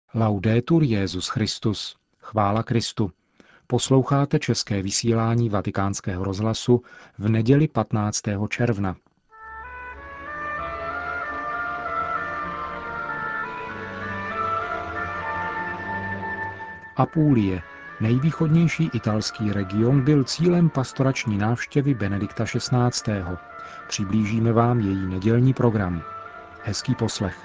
Laudetur Jesus Christus. Chvála Kristu. Posloucháte české vysílání Vatikánského rozhlasu v neděli 15. června. Apulie, nejvýchodnější italský region, byl cílem pastorační návštěvy Benedikta XVI. Přiblížíme vám její nedělní program. Hezký poslech.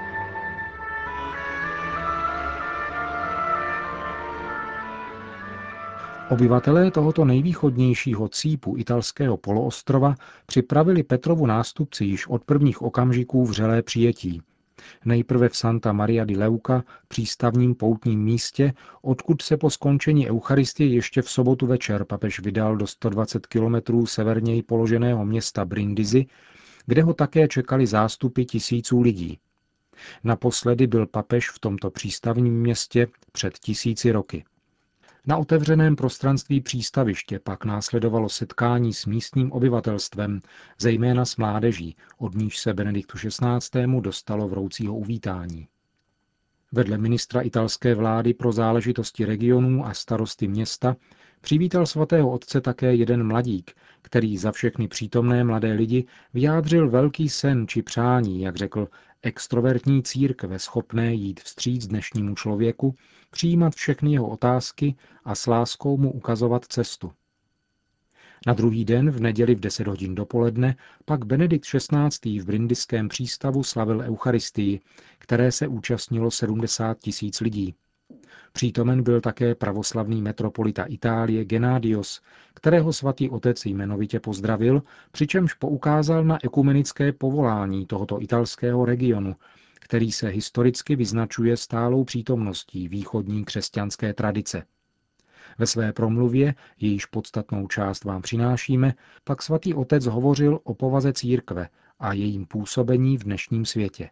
Obyvatelé tohoto nejvýchodnějšího cípu italského poloostrova připravili Petrovu nástupci již od prvních okamžiků vřelé přijetí. Nejprve v Santa Maria di Leuca, přístavním poutním místě, odkud se po skončení eucharistie ještě v sobotu večer papež vydal do 120 kilometrů severněji položeného města Brindisi, kde ho také čekali zástupy tisíců lidí. Naposledy byl papež v tomto přístavním městě před 1000 roky. Na otevřeném prostranství přístaviště pak následovalo setkání s místním obyvatelstvem, zejména s mládeží, od níž se Benediktu XVI. Dostalo vroucího uvítání. Vedle ministra italské vlády pro záležitosti regionů a starosty města přivítal svatého otce také jeden mladík, který za všechny přítomné mladé lidi vyjádřil velký sen či přání, jak řekl, extrovertní církve schopné jít vstříc dnešnímu člověku, přijímat všechny jeho otázky a s láskou mu ukazovat cestu. Na druhý den, v neděli v 10 hodin dopoledne, pak Benedikt XVI. V Brindiském přístavu slavil eucharistii, které se účastnilo 70 000 lidí. Přítomen byl také pravoslavný metropolita Itálie Gennadios, kterého svatý otec jmenovitě pozdravil, přičemž poukázal na ekumenické povolání tohoto italského regionu, který se historicky vyznačuje stálou přítomností východní křesťanské tradice. Ve své promluvě, jejíž podstatnou část vám přinášíme, pak svatý otec hovořil o povaze církve a jejím působení v dnešním světě.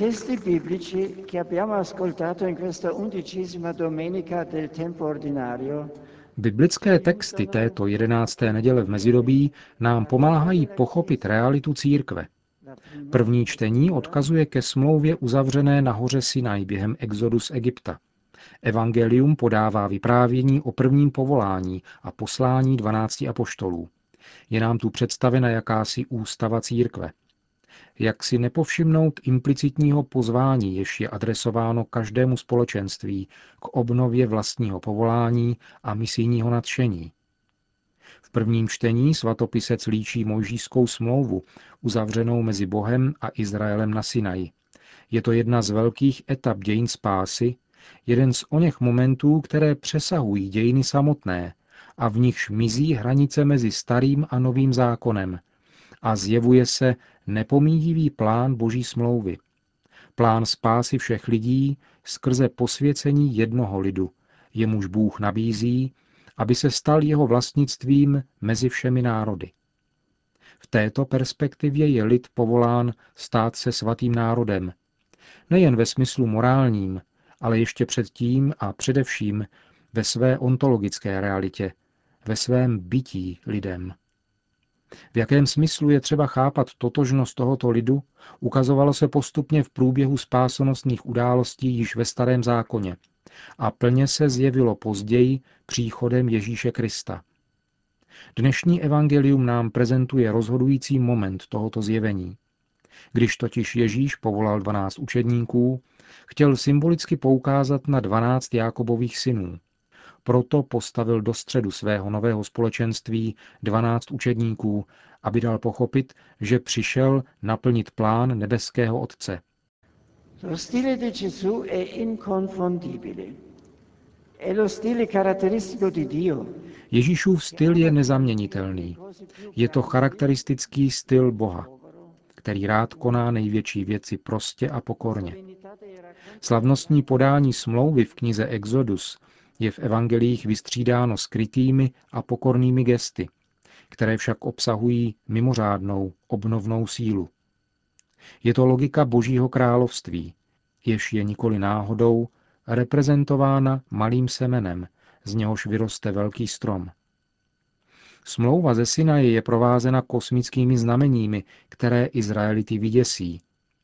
Biblické texty této 11. neděle v mezidobí nám pomáhají pochopit realitu církve. První čtení odkazuje ke smlouvě uzavřené na hoře Sinaj během exodu z Egypta. Evangelium podává vyprávění o prvním povolání a poslání 12 apoštolů. Je nám tu představena jakási ústava církve. Jak si nepovšimnout implicitního pozvání, jež je adresováno každému společenství k obnově vlastního povolání a misijního nadšení. V prvním čtení svatopisec líčí mojžíšskou smlouvu, uzavřenou mezi Bohem a Izraelem na Sinaji. Je to jedna z velkých etap dějin spásy, jeden z oněch momentů, které přesahují dějiny samotné a v nichž mizí hranice mezi starým a novým zákonem a zjevuje se nepomíjivý plán Boží smlouvy. Plán spásy všech lidí skrze posvěcení jednoho lidu, jemuž Bůh nabízí, aby se stal jeho vlastnictvím mezi všemi národy. V této perspektivě je lid povolán stát se svatým národem, nejen ve smyslu morálním, ale ještě předtím a především ve své ontologické realitě, ve svém bytí lidem. V jakém smyslu je třeba chápat totožnost tohoto lidu, ukazovalo se postupně v průběhu spásonosných událostí již ve Starém zákoně a plně se zjevilo později příchodem Ježíše Krista. Dnešní evangelium nám prezentuje rozhodující moment tohoto zjevení. Když totiž Ježíš povolal 12 učedníků, chtěl symbolicky poukázat na 12 Jákobových synů. Proto postavil do středu svého nového společenství 12 učedníků, aby dal pochopit, že přišel naplnit plán nebeského Otce. Lo stile di Gesù è inconfondibile. È lo stile caratteristico di Dio. Ježíšův styl je nezaměnitelný. Je to charakteristický styl Boha, který rád koná největší věci prostě a pokorně. Slavnostní podání smlouvy v knize Exodus je v evangelích vystřídáno skrytými a pokornými gesty, které však obsahují mimořádnou obnovnou sílu. Je to logika Božího království, jež je nikoli náhodou reprezentována malým semenem, z něhož vyroste velký strom. Smlouva ze Sinaje je provázena kosmickými znameními, které Izraelity vyděsí.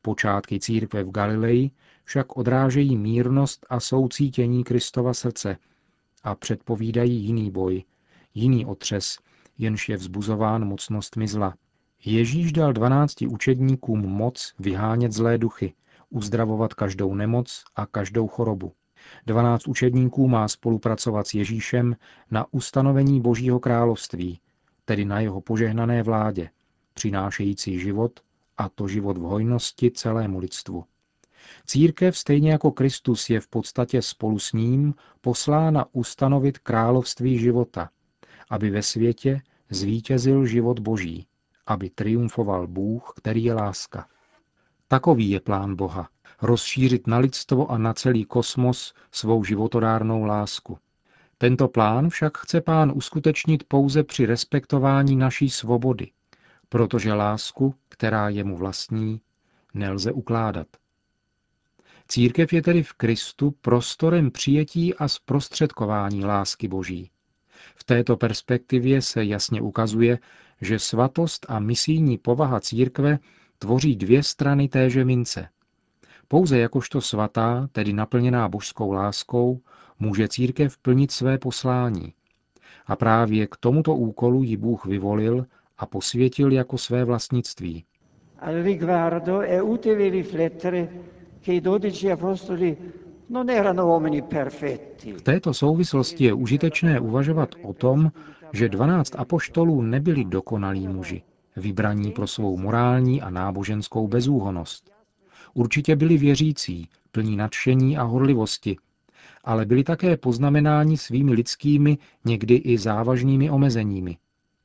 Počátky církve v Galileji však odrážejí mírnost a soucítění Kristova srdce a předpovídají jiný boj, jiný otřes, jenž je vzbuzován mocnostmi zla. Ježíš dal 12 učedníkům moc vyhánět zlé duchy, uzdravovat každou nemoc a každou chorobu. 12 učedníků má spolupracovat s Ježíšem na ustanovení Božího království, tedy na jeho požehnané vládě, přinášející život, a to život v hojnosti celému lidstvu. Církev, stejně jako Kristus, je v podstatě spolu s ním poslána ustanovit království života, aby ve světě zvítězil život Boží, aby triumfoval Bůh, který je láska. Takový je plán Boha, rozšířit na lidstvo a na celý kosmos svou životodárnou lásku. Tento plán však chce Pán uskutečnit pouze při respektování naší svobody, protože lásku, která je mu vlastní, nelze ukládat. Církev je tedy v Kristu prostorem přijetí a zprostředkování lásky Boží. V této perspektivě se jasně ukazuje, že svatost a misijní povaha církve tvoří dvě strany téže mince. Pouze jakožto svatá, tedy naplněná božskou láskou, může církev plnit své poslání. A právě k tomuto úkolu ji Bůh vyvolil a posvětil jako své vlastnictví. Al riguardo è utile riflettere che i 12 apostoli non erano uomini perfetti. V této souvislosti je užitečné uvažovat o tom, že 12 apoštolů nebyli dokonalí muži, vybraní pro svou morální a náboženskou bezúhonnost. Určitě byli věřící, plní nadšení a horlivosti, ale byli také poznamenáni svými lidskými, někdy i závažnými omezeními.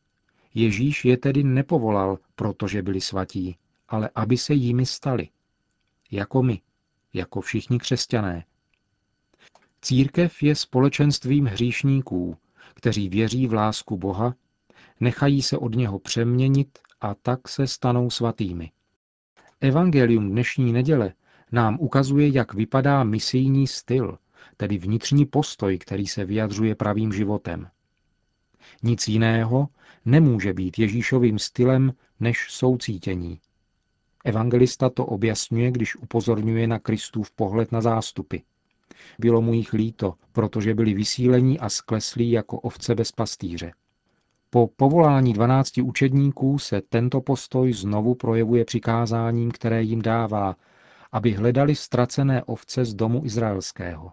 Ježíš je tedy nepovolal, protože byli svatí, ale aby se jimi stali. Jako my, jako všichni křesťané. Církev je společenstvím hříšníků, kteří věří v lásku Boha, nechají se od něho přeměnit a tak se stanou svatými. Evangelium dnešní neděle nám ukazuje, jak vypadá misijní styl, tedy vnitřní postoj, který se vyjadřuje pravým životem. Nic jiného nemůže být Ježíšovým stylem než soucítění. Evangelista to objasňuje, když upozorňuje na Kristův pohled na zástupy. Bylo mu jich líto, protože byli vysílení a skleslí jako ovce bez pastýře. Po povolání 12 učedníků se tento postoj znovu projevuje přikázáním, které jim dává, aby hledali ztracené ovce z domu izraelského.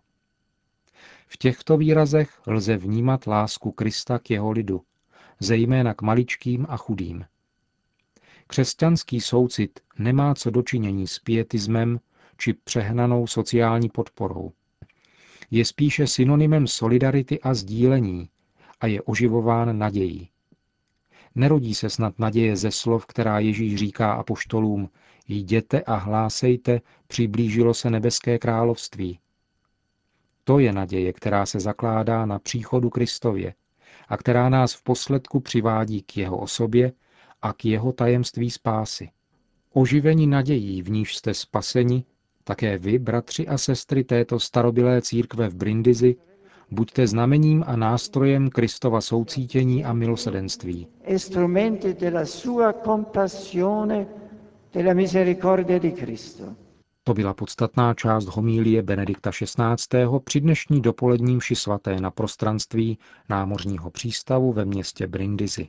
V těchto výrazech lze vnímat lásku Krista k jeho lidu, zejména k maličkým a chudým. Křesťanský soucit nemá co dočinění s pietismem či přehnanou sociální podporou. Je spíše synonymem solidarity a sdílení a je oživován nadějí. Nerodí se snad naděje ze slov, která Ježíš říká apoštolům: jděte a hlásejte, přiblížilo se nebeské království. To je naděje, která se zakládá na příchodu Kristově a která nás v posledku přivádí k jeho osobě a k jeho tajemství spásy. Oživení nadějí, v níž jste spaseni, také vy, bratři a sestry této starobylé církve v Brindisi, buďte znamením a nástrojem Kristova soucítění a milosrdenství. Strumenti della sua compassione, della misericordia di Cristo. To byla podstatná část homilie Benedikta XVI. Při dnešní dopolední mši svaté na prostranství námořního přístavu ve městě Brindisi.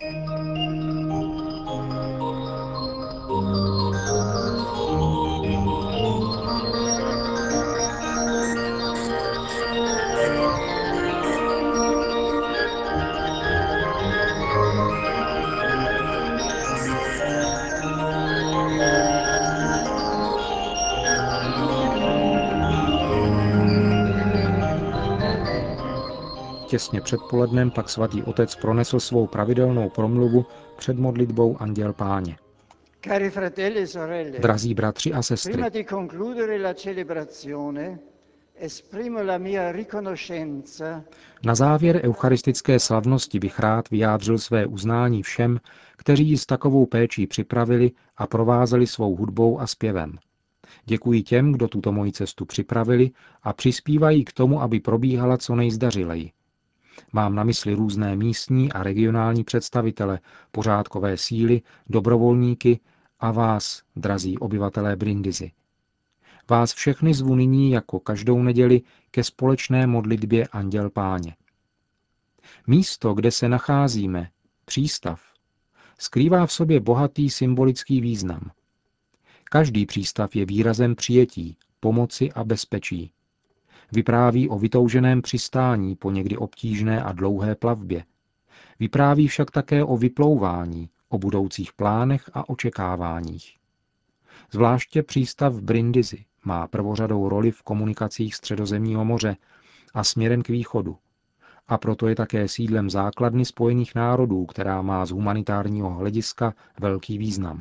Těsně před polednem pak svatý otec pronesl svou pravidelnou promluvu před modlitbou Anděl Páně. Cari fratelli e sorelle, Drazí bratři a sestry, prima di concludere la celebrazione, esprimo la mia riconoscenza na závěr eucharistické slavnosti bych rád vyjádřil své uznání všem, kteří ji s takovou péčí připravili a provázeli svou hudbou a zpěvem. Děkuji těm, kdo tuto moji cestu připravili a přispívají k tomu, aby probíhala co nejzdařileji. Mám na mysli různé místní a regionální představitele, pořádkové síly, dobrovolníky A vás, drazí obyvatelé Brindisi. Vás všechny zvu nyní jako každou neděli ke společné modlitbě Anděl Páně. Místo, kde se nacházíme, přístav, skrývá v sobě bohatý symbolický význam. Každý přístav je výrazem přijetí, pomoci a bezpečí. Vypráví o vytouženém přistání po někdy obtížné a dlouhé plavbě. Vypráví však také o vyplouvání, o budoucích plánech a očekáváních. Zvláště přístav v Brindisi má prvořadou roli v komunikacích Středozemního moře a směrem k východu. A proto je také sídlem základny Spojených národů, která má z humanitárního hlediska velký význam.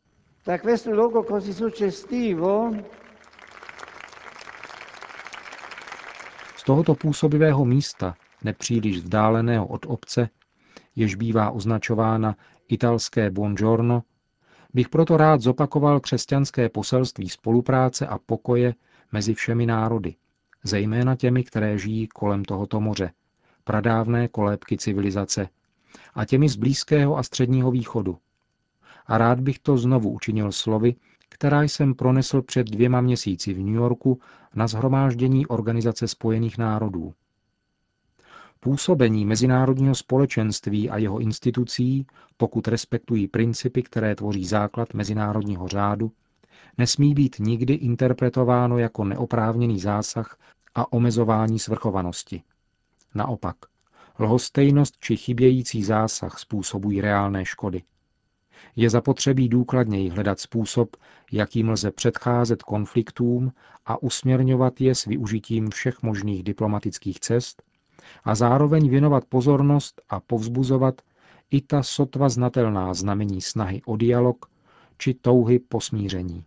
Z tohoto působivého místa, nepříliš vzdáleného od obce, jež bývá označována italské buongiorno, bych proto rád zopakoval křesťanské poselství spolupráce a pokoje mezi všemi národy, zejména těmi, které žijí kolem tohoto moře, pradávné kolébky civilizace, a těmi z Blízkého a Středního východu. A rád bych to znovu učinil slovy, která jsem pronesl před 2 měsíci v New Yorku na shromáždění Organizace spojených národů. Působení mezinárodního společenství a jeho institucí, pokud respektují principy, které tvoří základ mezinárodního řádu, nesmí být nikdy interpretováno jako neoprávněný zásah a omezování svrchovanosti. Naopak, lhostejnost či chybějící zásah způsobují reálné škody. Je zapotřebí důkladněji hledat způsob, jakým lze předcházet konfliktům a usměrňovat je s využitím všech možných diplomatických cest a zároveň věnovat pozornost a povzbuzovat i ta sotva znatelná znamení snahy o dialog či touhy po smíření.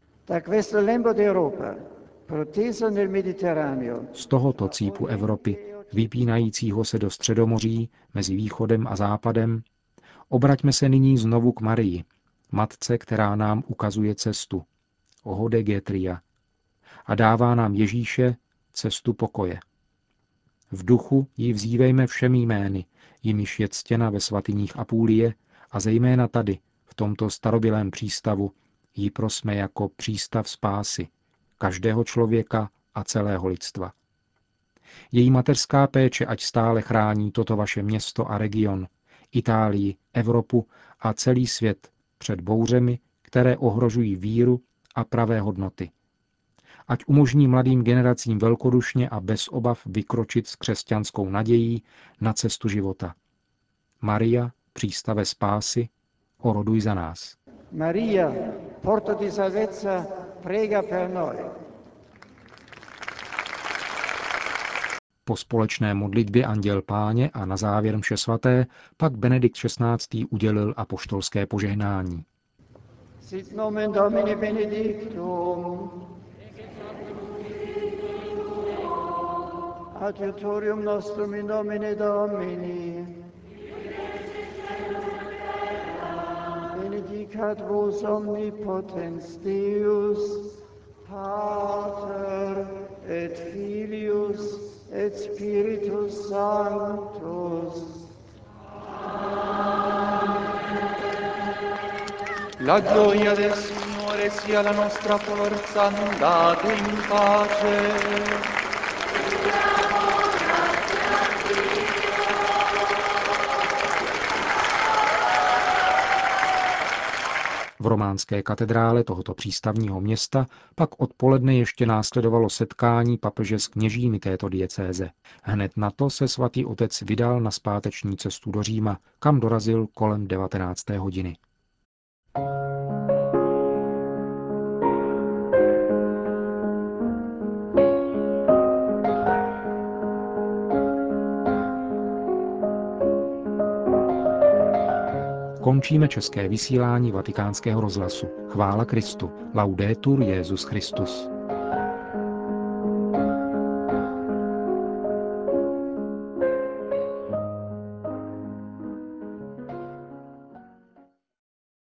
Z tohoto cípu Evropy, vypínajícího se do Středomoří mezi východem a západem, obraťme se nyní znovu k Marii, matce, která nám ukazuje cestu, ohode getria, a dává nám Ježíše, cestu pokoje. V duchu ji vzívejme všemi jmény, jimiž je ctěna ve svatyních Apulie, a zejména tady, v tomto starobylém přístavu, ji prosme jako přístav spásy, každého člověka a celého lidstva. Její mateřská péče ať stále chrání toto vaše město a region, Itálii, Evropu a celý svět před bouřemi, které ohrožují víru a pravé hodnoty. Ať umožní mladým generacím velkodušně a bez obav vykročit s křesťanskou nadějí na cestu života. Maria, přístave spásy, oroduj za nás. Maria, porto di salvezza, prega per noi. Po společné modlitbě Anděl Páně a na závěr mše svaté pak Benedikt XVI. Udělil apoštolské požehnání. Sit nomen Domini benedictum. Adiutorium nostrum in nomine Domini. Benedicat vos omnipotens Deus, Pater et Filius et Spiritus Sanctus. La gioia del Signore sia la nostra forza, andate in pace. V románské katedrále tohoto přístavního města pak odpoledne ještě následovalo setkání papeže s kněžími této diecéze. Hned na to se svatý otec vydal na zpáteční cestu do Říma, kam dorazil kolem 19. hodiny. Končíme české vysílání Vatikánského rozhlasu. Chvála Kristu. Laudetur Jesus Christus.